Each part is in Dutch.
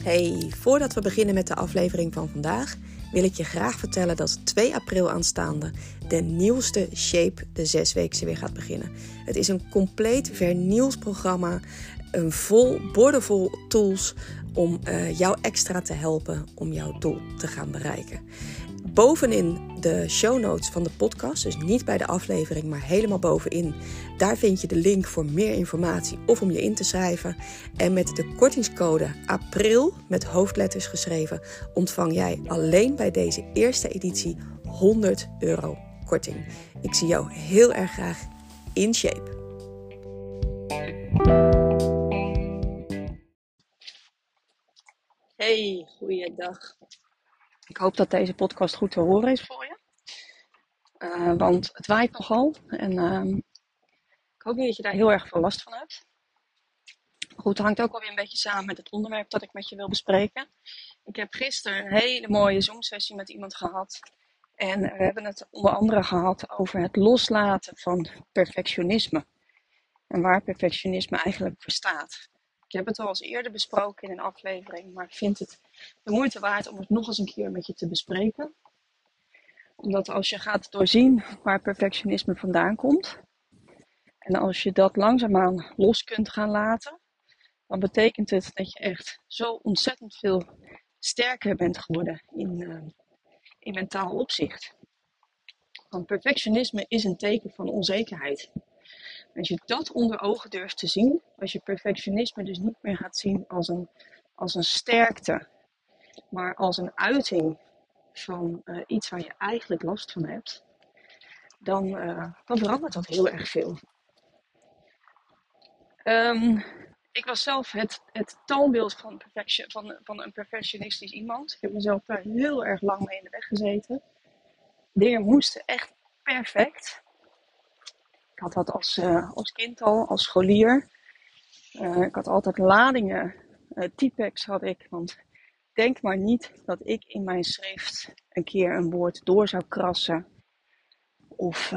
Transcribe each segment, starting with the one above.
Hey, voordat we beginnen met de aflevering van vandaag, wil ik je graag vertellen dat 2 april aanstaande de nieuwste Shape de 6-weekse weer gaat beginnen. Het is een compleet vernieuwd programma, een boordevol tools om jou extra te helpen om jouw doel te gaan bereiken. Bovenin de show notes van de podcast, dus niet bij de aflevering, maar helemaal bovenin. Daar vind je de link voor meer informatie of om je in te schrijven. En met de kortingscode APRIL, met hoofdletters geschreven, ontvang jij alleen bij deze eerste editie €100 korting. Ik zie jou heel erg graag in Shape. Hey, goeiedag. Ik hoop dat deze podcast goed te horen is voor je. Want het waait nogal. En ik hoop niet dat je daar heel erg veel last van hebt. Goed, het hangt ook alweer een beetje samen met het onderwerp dat ik met je wil bespreken. Ik heb gisteren een hele mooie Zoom-sessie met iemand gehad. En we hebben het onder andere gehad over het loslaten van perfectionisme. En waar perfectionisme eigenlijk voor staat. Ik heb het al eens eerder besproken in een aflevering, maar ik vind het de moeite waard om het nog eens een keer met je te bespreken. Omdat als je gaat doorzien waar perfectionisme vandaan komt, en als je dat langzaamaan los kunt gaan laten, dan betekent het dat je echt zo ontzettend veel sterker bent geworden in mentaal opzicht. Want perfectionisme is een teken van onzekerheid. Als je dat onder ogen durft te zien, als je perfectionisme dus niet meer gaat zien als een sterkte, maar als een uiting van iets waar je eigenlijk last van hebt, dan verandert dat heel erg veel. Ik was zelf het toonbeeld van een perfectionistisch iemand. Ik heb mezelf daar heel erg lang mee in de weg gezeten. Dingen moesten echt perfect. Ik had dat als kind al, als scholier. Ik had altijd ladingen. Typex had ik, want denk maar niet dat ik in mijn schrift een keer een woord door zou krassen. Of,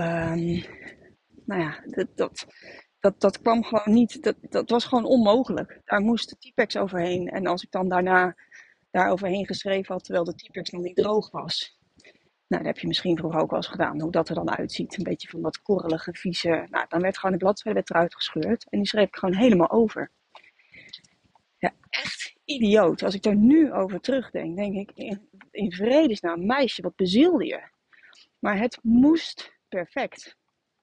dat kwam gewoon niet. Dat was gewoon onmogelijk. Daar moest de Typex overheen. En als ik dan daarna daar overheen geschreven had, terwijl de Typex nog niet droog was. Nou, dat heb je misschien vroeger ook wel eens gedaan, hoe dat er dan uitziet. Een beetje van dat korrelige, vieze. Nou, dan werd gewoon de bladzijde eruit gescheurd. En die schreef ik gewoon helemaal over. Ja, echt idioot. Als ik daar nu over terugdenk, denk ik, in vredesnaam, meisje, wat bezielde je? Maar het moest perfect.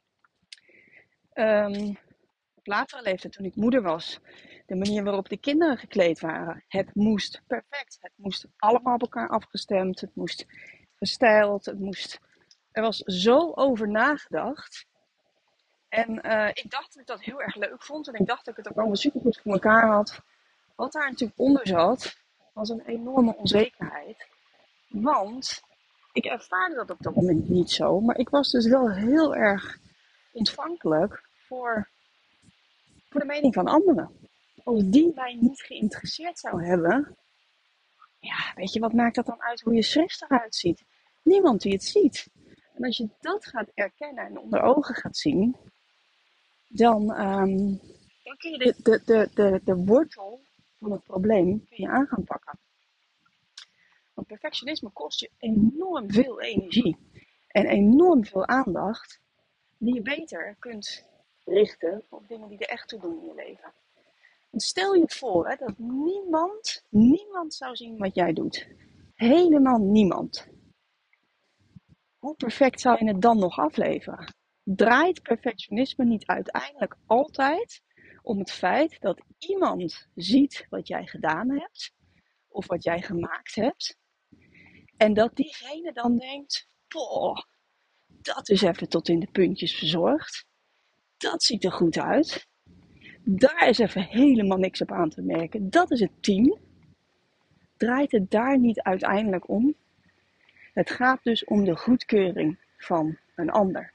Op latere leeftijd, toen ik moeder was, de manier waarop de kinderen gekleed waren, het moest perfect. Het moest allemaal op elkaar afgestemd, het moest gestyled, er was zo over nagedacht. En ik dacht dat ik dat heel erg leuk vond en ik dacht dat ik het ook allemaal supergoed voor elkaar had. Wat daar natuurlijk onder zat, was een enorme onzekerheid. Want ik ervaarde dat op dat moment niet zo, maar ik was dus wel heel erg ontvankelijk voor de mening van anderen. Als die mij niet geïnteresseerd zou hebben, ja, weet je, wat maakt dat dan uit hoe je schrift eruit ziet? Niemand die het ziet. En als je dat gaat erkennen en onder ogen gaat zien, dan kun je de wortel van het probleem kun je aan gaan pakken. Want perfectionisme kost je enorm veel energie en enorm veel aandacht die je beter kunt richten op dingen die er echt toe doen in je leven. Want stel je voor dat niemand zou zien wat jij doet. Helemaal niemand. Hoe perfect zou je het dan nog afleveren? Draait perfectionisme niet uiteindelijk altijd om het feit dat iemand ziet wat jij gedaan hebt of wat jij gemaakt hebt en dat diegene dan denkt, poh, dat is even tot in de puntjes verzorgd. Dat ziet er goed uit. Daar is even helemaal niks op aan te merken. Dat is het 10. Draait het daar niet uiteindelijk om? Het gaat dus om de goedkeuring van een ander.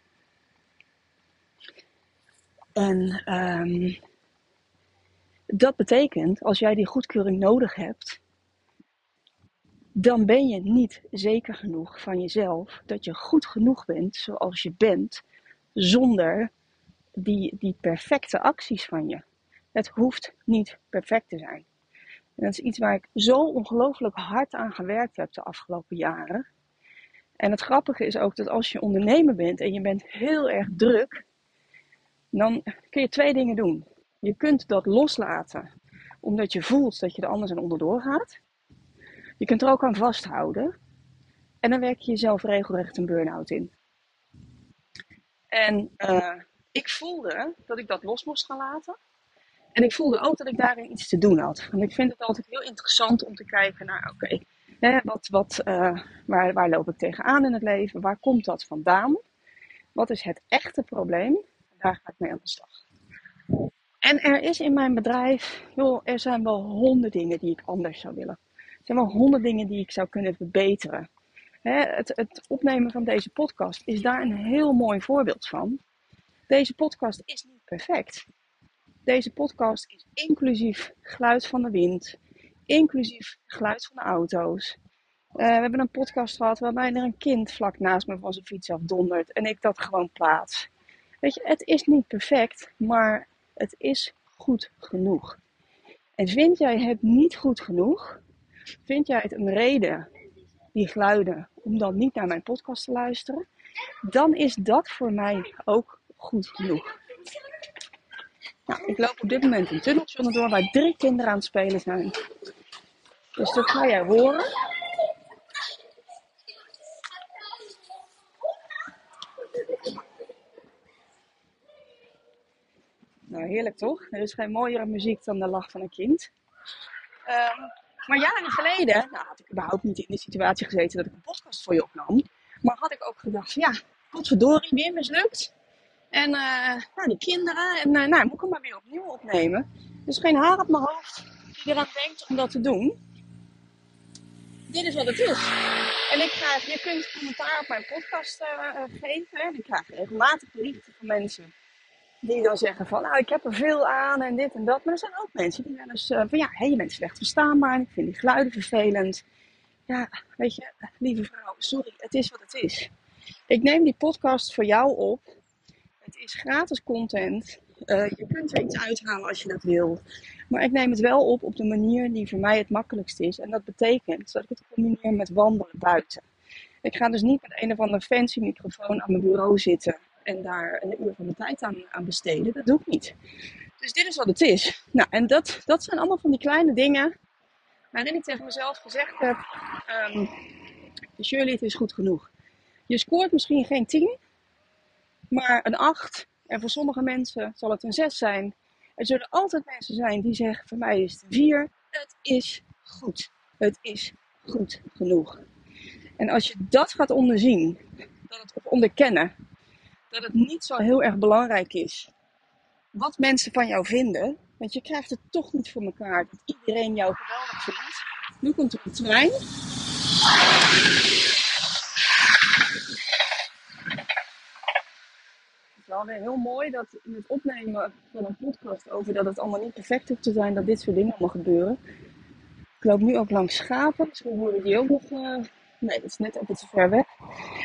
En dat betekent, als jij die goedkeuring nodig hebt, dan ben je niet zeker genoeg van jezelf dat je goed genoeg bent zoals je bent, zonder die perfecte acties van je. Het hoeft niet perfect te zijn. En dat is iets waar ik zo ongelooflijk hard aan gewerkt heb de afgelopen jaren. En het grappige is ook dat als je ondernemer bent en je bent heel erg druk, dan kun je twee dingen doen. Je kunt dat loslaten, omdat je voelt dat je er anders aan onderdoor gaat. Je kunt er ook aan vasthouden. En dan werk je jezelf regelrecht een burn-out in. En ik voelde dat ik dat los moest gaan laten. En ik voelde ook dat ik daarin iets te doen had. Want ik vind het altijd heel interessant om te kijken naar, waar loop ik tegenaan in het leven? Waar komt dat vandaan? Wat is het echte probleem? En daar ga ik mee aan de slag. En er is in mijn bedrijf, er zijn wel 100 dingen die ik anders zou willen. Er zijn wel 100 dingen die ik zou kunnen verbeteren. Het opnemen van deze podcast is daar een heel mooi voorbeeld van. Deze podcast is niet perfect. Deze podcast is inclusief geluid van de wind, inclusief geluid van de auto's. We hebben een podcast gehad waarbij er een kind vlak naast me van zijn fiets afdondert en ik dat gewoon plaats. Weet je, het is niet perfect, maar het is goed genoeg. En vind jij het niet goed genoeg? Vind jij het een reden, die geluiden, om dan niet naar mijn podcast te luisteren? Dan is dat voor mij ook goed genoeg. Nou, ik loop op dit moment een tunneltje door waar 3 kinderen aan het spelen zijn. Dus dat ga jij horen. Nou, heerlijk toch? Er is geen mooiere muziek dan de lach van een kind. Maar jaren geleden, had ik überhaupt niet in de situatie gezeten dat ik een podcast voor je opnam. Maar had ik ook gedacht, ja, godverdorie, weer mislukt. En die kinderen, en moet ik hem maar weer opnieuw opnemen. Dus geen haar op mijn hoofd die eraan denkt om dat te doen. Dit is wat het is. En je kunt commentaar op mijn podcast geven. En ik krijg regelmatig berichten van mensen die dan zeggen van, nou, ik heb er veel aan en dit en dat. Maar er zijn ook mensen die wel eens je bent slecht verstaanbaar en ik vind die geluiden vervelend. Ja, weet je, lieve vrouw, sorry, het is wat het is. Ik neem die podcast voor jou op. Het is gratis content. Je kunt er iets uithalen als je dat wil. Maar ik neem het wel op de manier die voor mij het makkelijkst is. En dat betekent dat ik het combineer met wandelen buiten. Ik ga dus niet met een of andere fancy microfoon aan mijn bureau zitten en daar een uur van mijn tijd aan besteden. Dat doe ik niet. Dus dit is wat het is. Nou, en dat zijn allemaal van die kleine dingen waarin ik tegen mezelf gezegd heb, Shirley, het is goed genoeg. Je scoort misschien geen 10, maar een 8. En voor sommige mensen zal het een 6 zijn. Er zullen altijd mensen zijn die zeggen, voor mij is het een 4. Het is goed. Het is goed genoeg. En als je dat gaat onderzien, onderkennen, dat het niet zo heel erg belangrijk is wat mensen van jou vinden, want je krijgt het toch niet voor elkaar dat iedereen jou geweldig vindt. Nu komt er een trein. Het is wel weer heel mooi dat in het opnemen van een podcast over dat het allemaal niet perfect hoeft te zijn, dat dit soort dingen allemaal gebeuren. Ik loop nu ook langs schapen, misschien horen die ook nog. Nee, dat is net even te ver weg.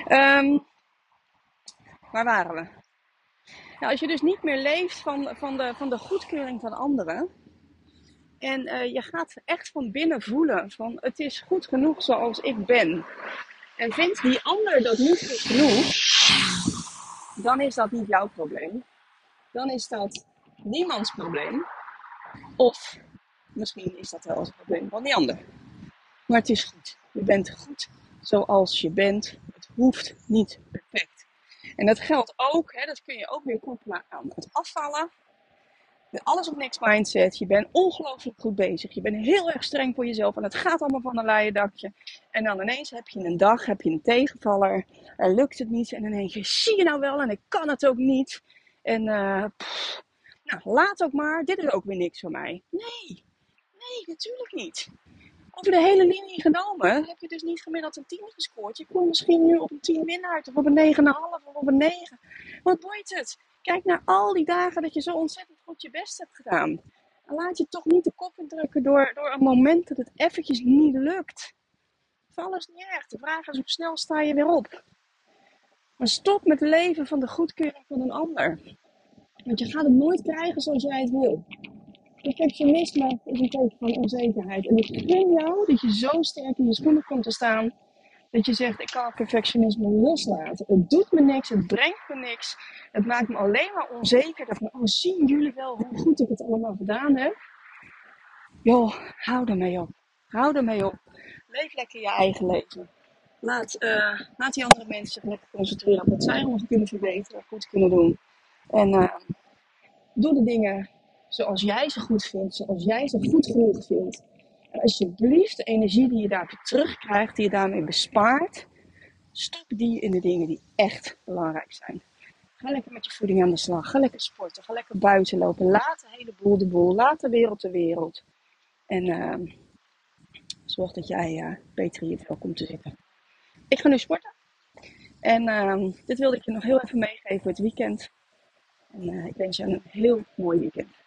Waar waren we? Nou, als je dus niet meer leeft van de goedkeuring van anderen. En je gaat echt van binnen voelen van het is goed genoeg zoals ik ben. En vindt die ander dat niet goed genoeg, dan is dat niet jouw probleem. Dan is dat niemands probleem. Of misschien is dat wel het probleem van die ander. Maar het is goed. Je bent goed zoals je bent. Het hoeft niet perfect. En dat geldt ook, dat kun je ook weer koppelen aan het afvallen. Met alles op niks mindset. Je bent ongelooflijk goed bezig. Je bent heel erg streng voor jezelf. En het gaat allemaal van een leien dakje. En dan ineens heb je een dag, heb je een tegenvaller. En lukt het niet. En dan denk je, zie je nou wel? En ik kan het ook niet. En laat ook maar. Dit is ook weer niks voor mij. Nee, natuurlijk niet. Over de hele linie genomen heb je dus niet gemiddeld een 10 gescoord. Je komt misschien nu op een 10 winnaar of op een 9,5 of op een 9. Wat boeit het? Kijk naar al die dagen dat je zo ontzettend goed je best hebt gedaan. En laat je toch niet de kop indrukken door een moment dat het eventjes niet lukt. Val is niet erg. De vraag is hoe snel sta je weer op. Maar stop met het leven van de goedkeuring van een ander. Want je gaat het nooit krijgen zoals jij het wil. Perfectionisme is een teken van onzekerheid. En ik gun jou dat je zo sterk in je schoenen komt te staan. Dat je zegt, ik kan perfectionisme loslaten. Het doet me niks, het brengt me niks. Het maakt me alleen maar onzeker. Dat van, oh, zien jullie wel hoe goed ik het allemaal gedaan heb? Joh, hou ermee op. Hou ermee op. Leef lekker je eigen leven. Laat die andere mensen zich lekker concentreren op wat zij nog kunnen verbeteren, goed kunnen doen. En doe de dingen zoals jij ze goed vindt, zoals jij ze goed genoeg vindt. En alsjeblieft, de energie die je daartoe terugkrijgt, die je daarmee bespaart, stop die in de dingen die echt belangrijk zijn. Ga lekker met je voeding aan de slag. Ga lekker sporten. Ga lekker buiten lopen. Laat de hele boel de boel. Laat de wereld de wereld. En zorg dat jij beter in je vel komt te zitten. Ik ga nu sporten. En dit wilde ik je nog heel even meegeven het weekend. En ik wens je een heel mooi weekend.